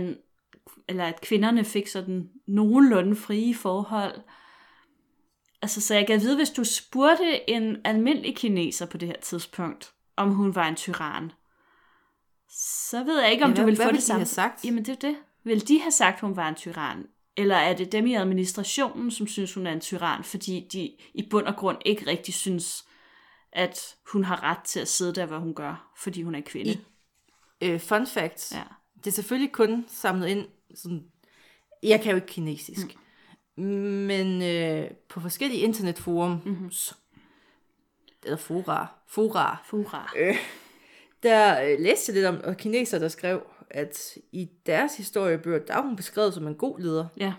at kvinderne fik sådan nogenlunde frie forhold. Altså, så jeg kan vide, hvis du spurgte en almindelig kineser på det her tidspunkt, om hun var en tyran, så ved jeg ikke, om du vil få det samme. Hvad de have sagt? Jamen, det er det. Vil de have sagt, at hun var en tyran? Eller er det dem i administrationen, som synes, hun er en tyran, fordi de i bund og grund ikke rigtig synes, at hun har ret til at sidde der, hvor hun gør, fordi hun er kvinde? Fun fact. Ja. Det er selvfølgelig kun samlet ind, sådan, jeg kan jo ikke kinesisk, men på forskellige internetforum, eller fora, der læste jeg lidt om kineser, der skrev, at i deres historiebøger, der er hun beskrevet som en god leder. Ja.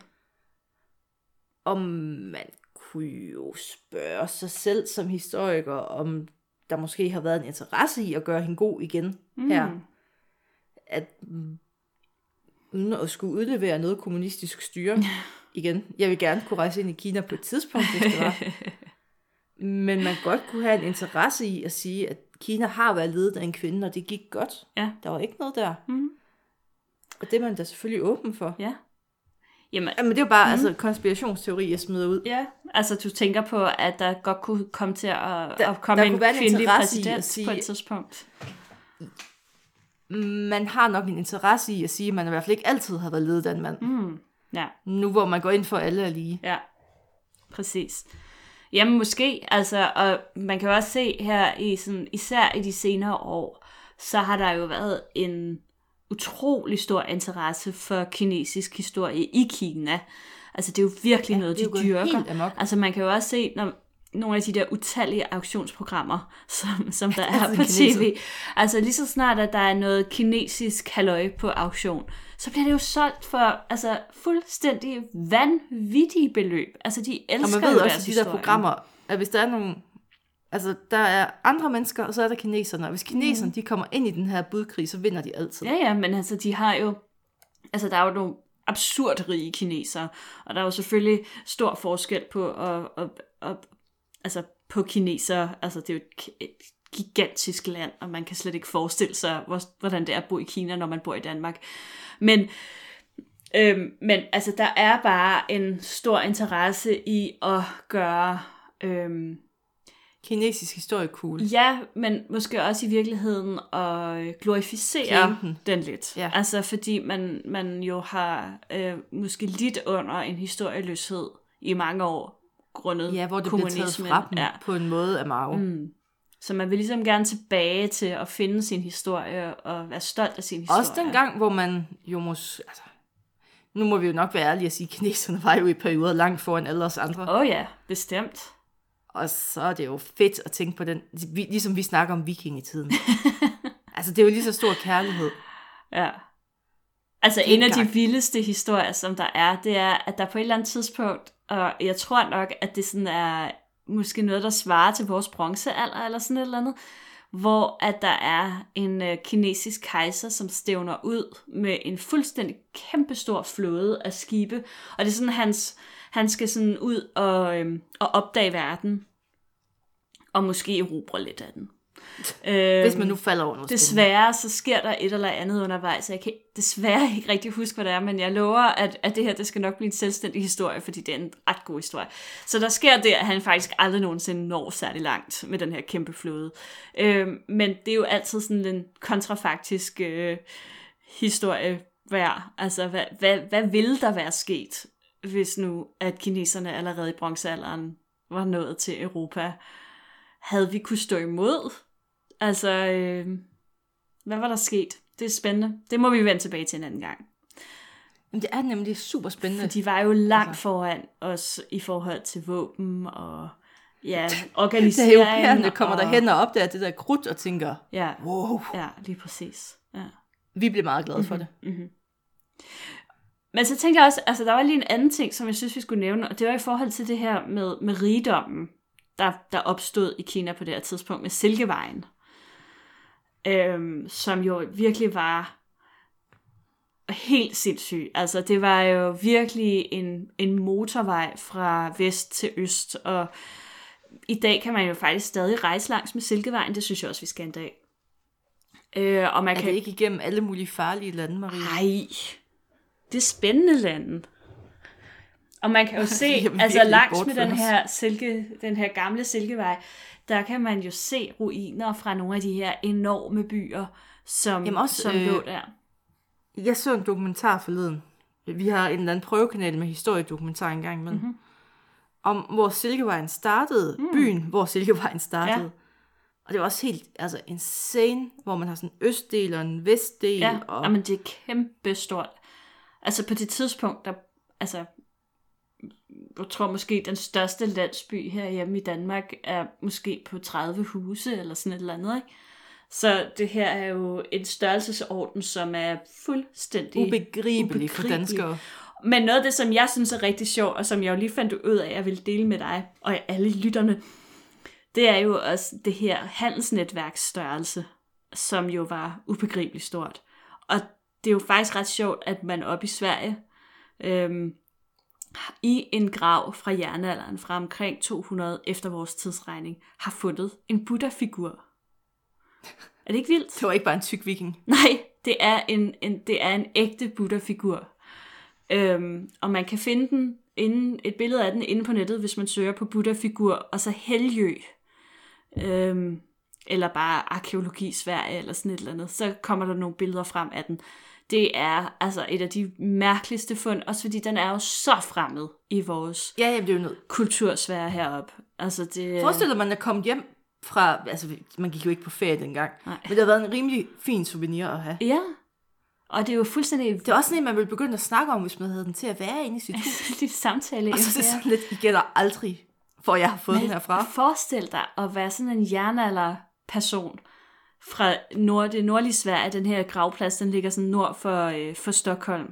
Og man kunne jo spørge sig selv som historiker, om der måske har været en interesse i at gøre hende god igen her. At uden at skulle udlevere noget kommunistisk styre igen. Jeg vil gerne kunne rejse ind i Kina på et tidspunkt, hvis det var. Men man godt kunne have en interesse i at sige, at Kina har været ledet af en kvinde, og det gik godt. Ja. Der var ikke noget der. Og det er man da selvfølgelig åben for. Ja. Jamen det er jo bare altså konspirationsteori, jeg smider ud. Ja, altså du tænker på, at der godt kunne komme til at komme en kvindelig præsident på et tidspunkt. Man har nok en interesse i at sige, at man i hvert fald ikke altid har været ledet af en mand. Ja. Nu hvor man går ind for alle er lige. Ja, præcis. Jamen måske, altså, og man kan jo også se her, især i de senere år, så har der jo været en utrolig stor interesse for kinesisk historie i Kina. Altså det er jo virkelig noget, de dyrker. Altså man kan jo også se, når nogle af de der utallige auktionsprogrammer, som der er på tv. Altså lige så snart, at der er noget kinesisk halløj på auktion, så bliver det jo solgt for altså fuldstændig vanvittige beløb. Altså de elsker og man ved også, de der programmer, at hvis der er nogle, altså der er andre mennesker, og så er der kineserne. Og hvis kineserne, de kommer ind i den her budkrig, så vinder de altid. Ja, men altså de har jo, altså der er jo nogle absurd rige kinesere, og der er jo selvfølgelig stor forskel på altså på kinesere, altså det er jo et gigantisk land, og man kan slet ikke forestille sig, hvordan det er at bo i Kina, når man bor i Danmark. Men altså der er bare en stor interesse i at gøre kinesisk historie cool. Ja, men måske også i virkeligheden at glorificere den lidt. Ja. Altså fordi man jo har måske lidt under en historieløshed i mange år, grundet hvor det bliver taget fra dem på en måde af marve. Så man vil ligesom gerne tilbage til at finde sin historie og være stolt af sin historie. Også den gang, hvor man jo altså, nu må vi jo nok være ærlige at sige, at kineserne var jo i perioder langt foran alle os andre. Ja, bestemt. Og så er det jo fedt at tænke på den, ligesom vi snakker om vikingetiden. Altså det er jo lige så stor kærlighed. Ja. Altså en af de vildeste historier, som der er, det er, at der på et eller andet tidspunkt, og jeg tror nok, at det sådan er måske noget, der svarer til vores bronzealder, eller sådan et eller andet, hvor at der er en kinesisk kejser, som stævner ud med en fuldstændig kæmpestor flåde af skibe. Og det er sådan, han skal sådan ud og opdage verden, og måske erobre lidt af den. Hvis man nu falder over noget. Desværre, så sker der et eller andet undervejs, så jeg kan desværre ikke rigtig huske, hvad det er, men jeg lover, at det her, det skal nok blive en selvstændig historie, fordi det er en ret god historie. Så der sker det, at han faktisk aldrig nogensinde når særlig langt med den her kæmpe flåde. Men det er jo altid sådan en kontrafaktisk historie værd. Altså, hvad ville der være sket, hvis nu, at kineserne allerede i bronzealderen var nået til Europa? Havde vi kunne stå imod? Altså, hvad var der sket? Det er spændende. Det må vi vende tilbage til en anden gang. Men det er nemlig super spændende. For de var jo langt foran os i forhold til våben og organisering. Det er europæerne, kommer derhen og opdager det der krudt og tænker, wow. Ja, lige præcis. Ja. Vi bliver meget glade for det. Mm-hmm. Men så tænkte jeg også, altså der var lige en anden ting, som jeg synes, vi skulle nævne, og det var i forhold til det her med rigdommen, der opstod i Kina på det her tidspunkt med Silkevejen. Som jo virkelig var helt sindssyg. Altså det var jo virkelig en motorvej fra vest til øst, og i dag kan man jo faktisk stadig rejse langs med Silkevejen. Det synes jeg også, vi skal en dag. Og man kan det ikke igennem alle mulige farlige lande, Marie? Nej, det er spændende lande. Og man kan jo se, altså langs med den her gamle Silkevej, der kan man jo se ruiner fra nogle af de her enorme byer, som lå der. Jeg så en dokumentar forleden. Vi har en eller anden prøvekanal med historiedokumentar engang med. Mm-hmm. Om hvor Silkevejen startede. Byen, hvor Silkevejen startede. Ja. Og det var også helt insane, hvor man har sådan en østdel og en vestdel. Ja, men det er kæmpe stort. Altså på det tidspunkt, jeg tror måske, den største landsby herhjemme i Danmark er måske på 30 huse, eller sådan et eller andet, ikke? Så det her er jo en størrelsesorden, som er fuldstændig ubegribelig for danskere. Men noget af det, som jeg synes er rigtig sjovt, og som jeg jo lige fandt ud af, at jeg vil dele med dig og alle lytterne, det er jo også det her handelsnetværksstørrelse, som jo var ubegribeligt stort. Og det er jo faktisk ret sjovt, at man oppe i Sverige, i en grav fra jernalderen, fra omkring 200 efter vores tidsregning, har fundet en Buddha-figur. Er det ikke vildt? Det var ikke bare en tyk viking. Nej, det er en ægte Buddha-figur. Og man kan finde et billede af den inde på nettet, hvis man søger på Buddha-figur, og så Helgø, eller bare arkæologi Sverige, eller sådan et eller andet, så kommer der nogle billeder frem af den. Det er altså et af de mærkeligste fund, også fordi den er jo så fremmed i vores det er jo noget kultursfære heroppe. Altså det... Forestiller man at komme hjem fra, altså man gik jo ikke på ferie dengang, men det har været en rimelig fin souvenir at have. Ja, og det er jo fuldstændig... Det er også sådan en, man ville begynde at snakke om, hvis man havde den til at være inde i sit hus. Det er samtale. Og så er det sådan lidt, I gætter aldrig, for jeg har fået den herfra. Forestil dig at være sådan en jernalderperson fra det nordlige Sverige. Den her gravplads, den ligger sådan nord for Stockholm.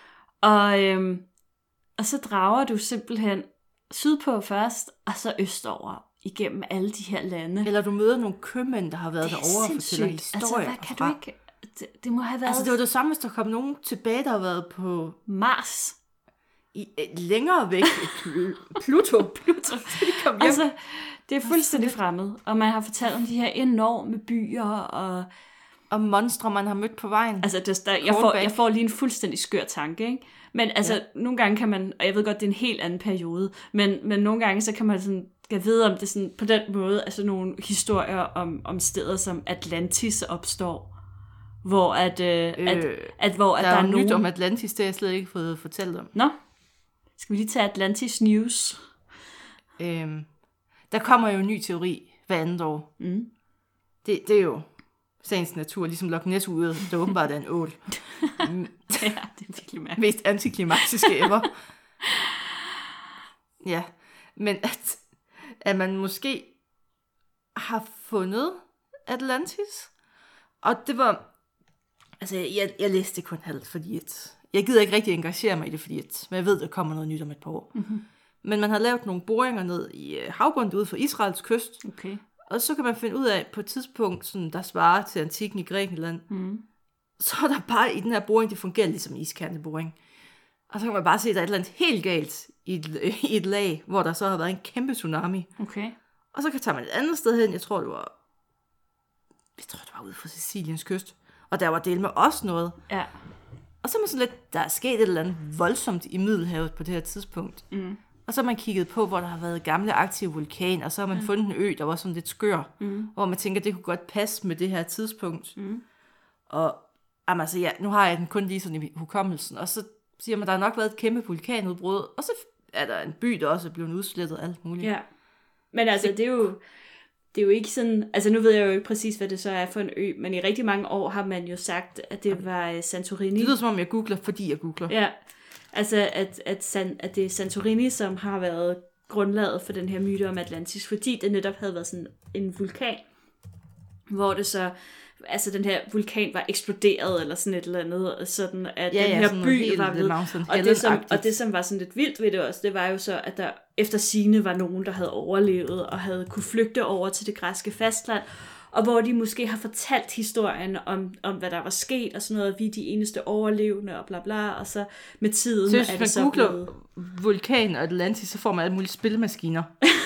Og så drager du simpelthen sydpå først, og så østover igennem alle de her lande. Eller du møder nogle købmænd, der har været derovre og fortæller historier. Altså, hvad kan du ikke... Det må have været... Altså, det var det samme, hvis der kom nogen tilbage, der har været på... Mars. Længere væk. Pluto. De kom hjem. Altså, det er fuldstændig fremmed. Og man har fortalt om de her enorme byer og monstre, man har mødt på vejen. Altså, jeg får lige en fuldstændig skør tanke, ikke? Men altså, nogle gange kan man... Og jeg ved godt, det er en helt anden periode. Men nogle gange, så kan man sådan... Jeg ved, om det sådan, på den måde, altså nogle historier om steder, som Atlantis opstår. Hvor at der er nogen... nyt om Atlantis, det har jeg slet ikke fået fortalt om. Nå, skal vi lige tage Atlantis News? Der kommer jo en ny teori hver andet år. Mm. Det er jo sagens natur, ligesom Loch Ness-uret, der åbenbart er en ål. Ja, det er virkelig mærkeligt. Mest antiklimatiske ever. Ja, men at man måske har fundet Atlantis, og det var... Altså, jeg læste det kun halvt, fordi jeg gider ikke rigtig engagere mig i det, fordi men jeg ved, der kommer noget nyt om et par år. Mm-hmm. Men man har lavet nogle boringer ned i havbundet ude for Israels kyst, Og så kan man finde ud af, på et tidspunkt, sådan, der svarer til antikken i Grækenland, så er der bare i den her boring, det fungerer ligesom iskanteboring. Og så kan man bare se, at der er et eller andet helt galt i et lag, hvor der så har været en kæmpe tsunami. Okay. Og så tager man et andet sted hen, jeg tror, det var ude fra Siciliens kyst. Og der var del med også noget. Ja. Og så er man sådan lidt, der er sket et eller andet voldsomt i Middelhavet på det her tidspunkt. Og så har man kigget på, hvor der har været gamle aktive vulkaner, og så har man fundet en ø, der var sådan lidt skør, hvor man tænker, det kunne godt passe med det her tidspunkt. Og altså, ja, nu har jeg den kun lige sådan i hukommelsen, og så siger man, der har nok været et kæmpe vulkanudbrud, og så er der en by, der også er blevet udslettet og alt muligt. Ja, men altså, det er jo ikke sådan, altså nu ved jeg jo ikke præcis, hvad det så er for en ø, men i rigtig mange år har man jo sagt, at det var Santorini. Det lyder som om jeg googler, fordi jeg googler. Ja, altså at det er Santorini, som har været grundlaget for den her myte om Atlantis, fordi det netop havde været sådan en vulkan, hvor det så, altså den her vulkan var eksploderet, eller sådan et eller andet, sådan at den her by var ved. Og det, som var sådan lidt vildt ved det også, det var jo så, at der efter sigende var nogen, der havde overlevet, og havde kunne flygte over til det græske fastland, og hvor de måske har fortalt historien om hvad der var sket, og sådan noget, at vi er de eneste overlevende, og bla bla, og så med tiden så er det så blevet... Hvis man googler vulkan og Atlantis, så får man alle mulige spilmaskiner.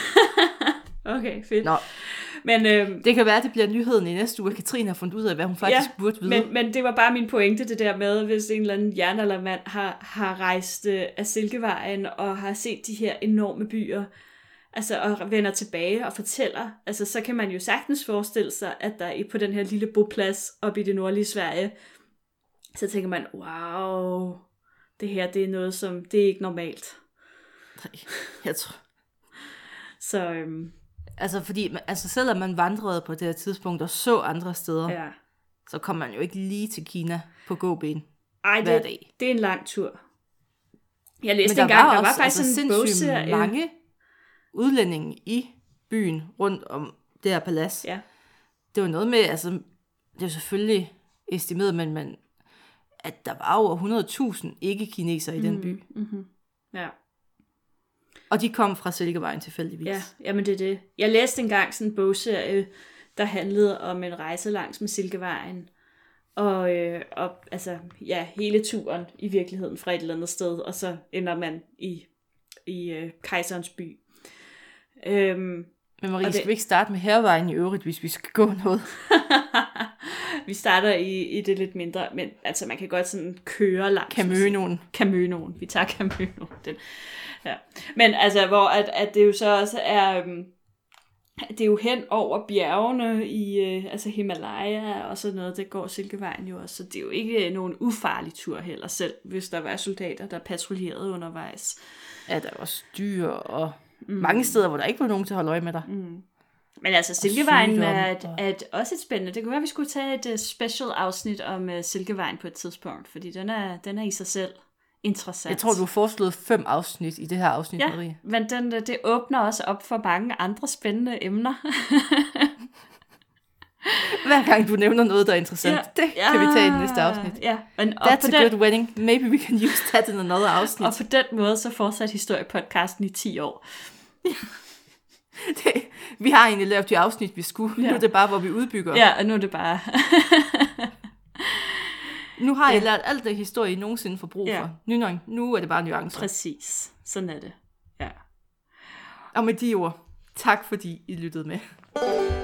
Okay, fedt. Nå. Men, det kan være, at det bliver nyheden i næste uge, at Katrine har fundet ud af, hvad hun faktisk burde vide. Men det var bare min pointe, det der med, hvis en eller anden jernaldermand har rejst af Silkevejen, og har set de her enorme byer, altså, og vender tilbage og fortæller, altså, så kan man jo sagtens forestille sig, at der på den her lille boplads oppe i det nordlige Sverige, så tænker man, wow, det her, det er noget, som, det er ikke normalt. Nej, jeg tror... Så... Altså, fordi selvom man vandrede på det her tidspunkt og så andre steder, så kom man jo ikke lige til Kina på gåben hver dag. Det er en lang tur. Jeg læste engang, der var faktisk sådan en bogserie. Mange udlændinge i byen rundt om det her palads. Ja. Det var noget med, altså, det er jo selvfølgelig estimeret, men at der var over 100.000 ikke-kinesere i den by. Mm-hmm. Ja. Og de kom fra Silkevejen tilfældigvis. Ja, jamen det er det. Jeg læste engang sådan en bogserie, der handlede om en rejse langs med Silkevejen. Og altså, ja, hele turen i virkeligheden fra et eller andet sted, og så ender man i Kejserens by. Men Marie, skal vi ikke starte med Hærvejen i øvrigt, hvis vi skal gå noget? Vi starter i det lidt mindre, men altså man kan godt sådan køre langt. Camønoen. Vi tager Camønoen. Ja. Men altså, hvor at det jo så også er, det er jo hen over bjergene i altså Himalaya og sådan noget, det går Silkevejen jo også, så det er jo ikke nogen ufarlig tur heller selv, hvis der var soldater, der patruljerede undervejs. Ja, der var dyr og mange steder, hvor der ikke var nogen til at holde øje med dig. Men altså, Silkevejen er også et spændende. Det kunne være, at vi skulle tage et special afsnit om Silkevejen på et tidspunkt, fordi den er i sig selv interessant. Jeg tror, du har foreslået 5 afsnit i det her afsnit, Marie. Men det åbner også op for mange andre spændende emner. Hver gang du nævner noget, der er interessant, det kan vi tage i det næste afsnit. Ja. Men That's a good wedding. Maybe we can use that in another afsnit. Og på den måde, så fortsat historiepodcasten i 10 år. Vi har egentlig lavet de afsnit, vi skulle. Nu er det bare, hvor vi udbygger. Ja, og nu er det bare... Nu har jeg lært alt det historie, I nogensinde får brug for. Nu er det bare nuancer. Præcis. Sådan er det. Ja. Og med de ord, tak fordi I lyttede med.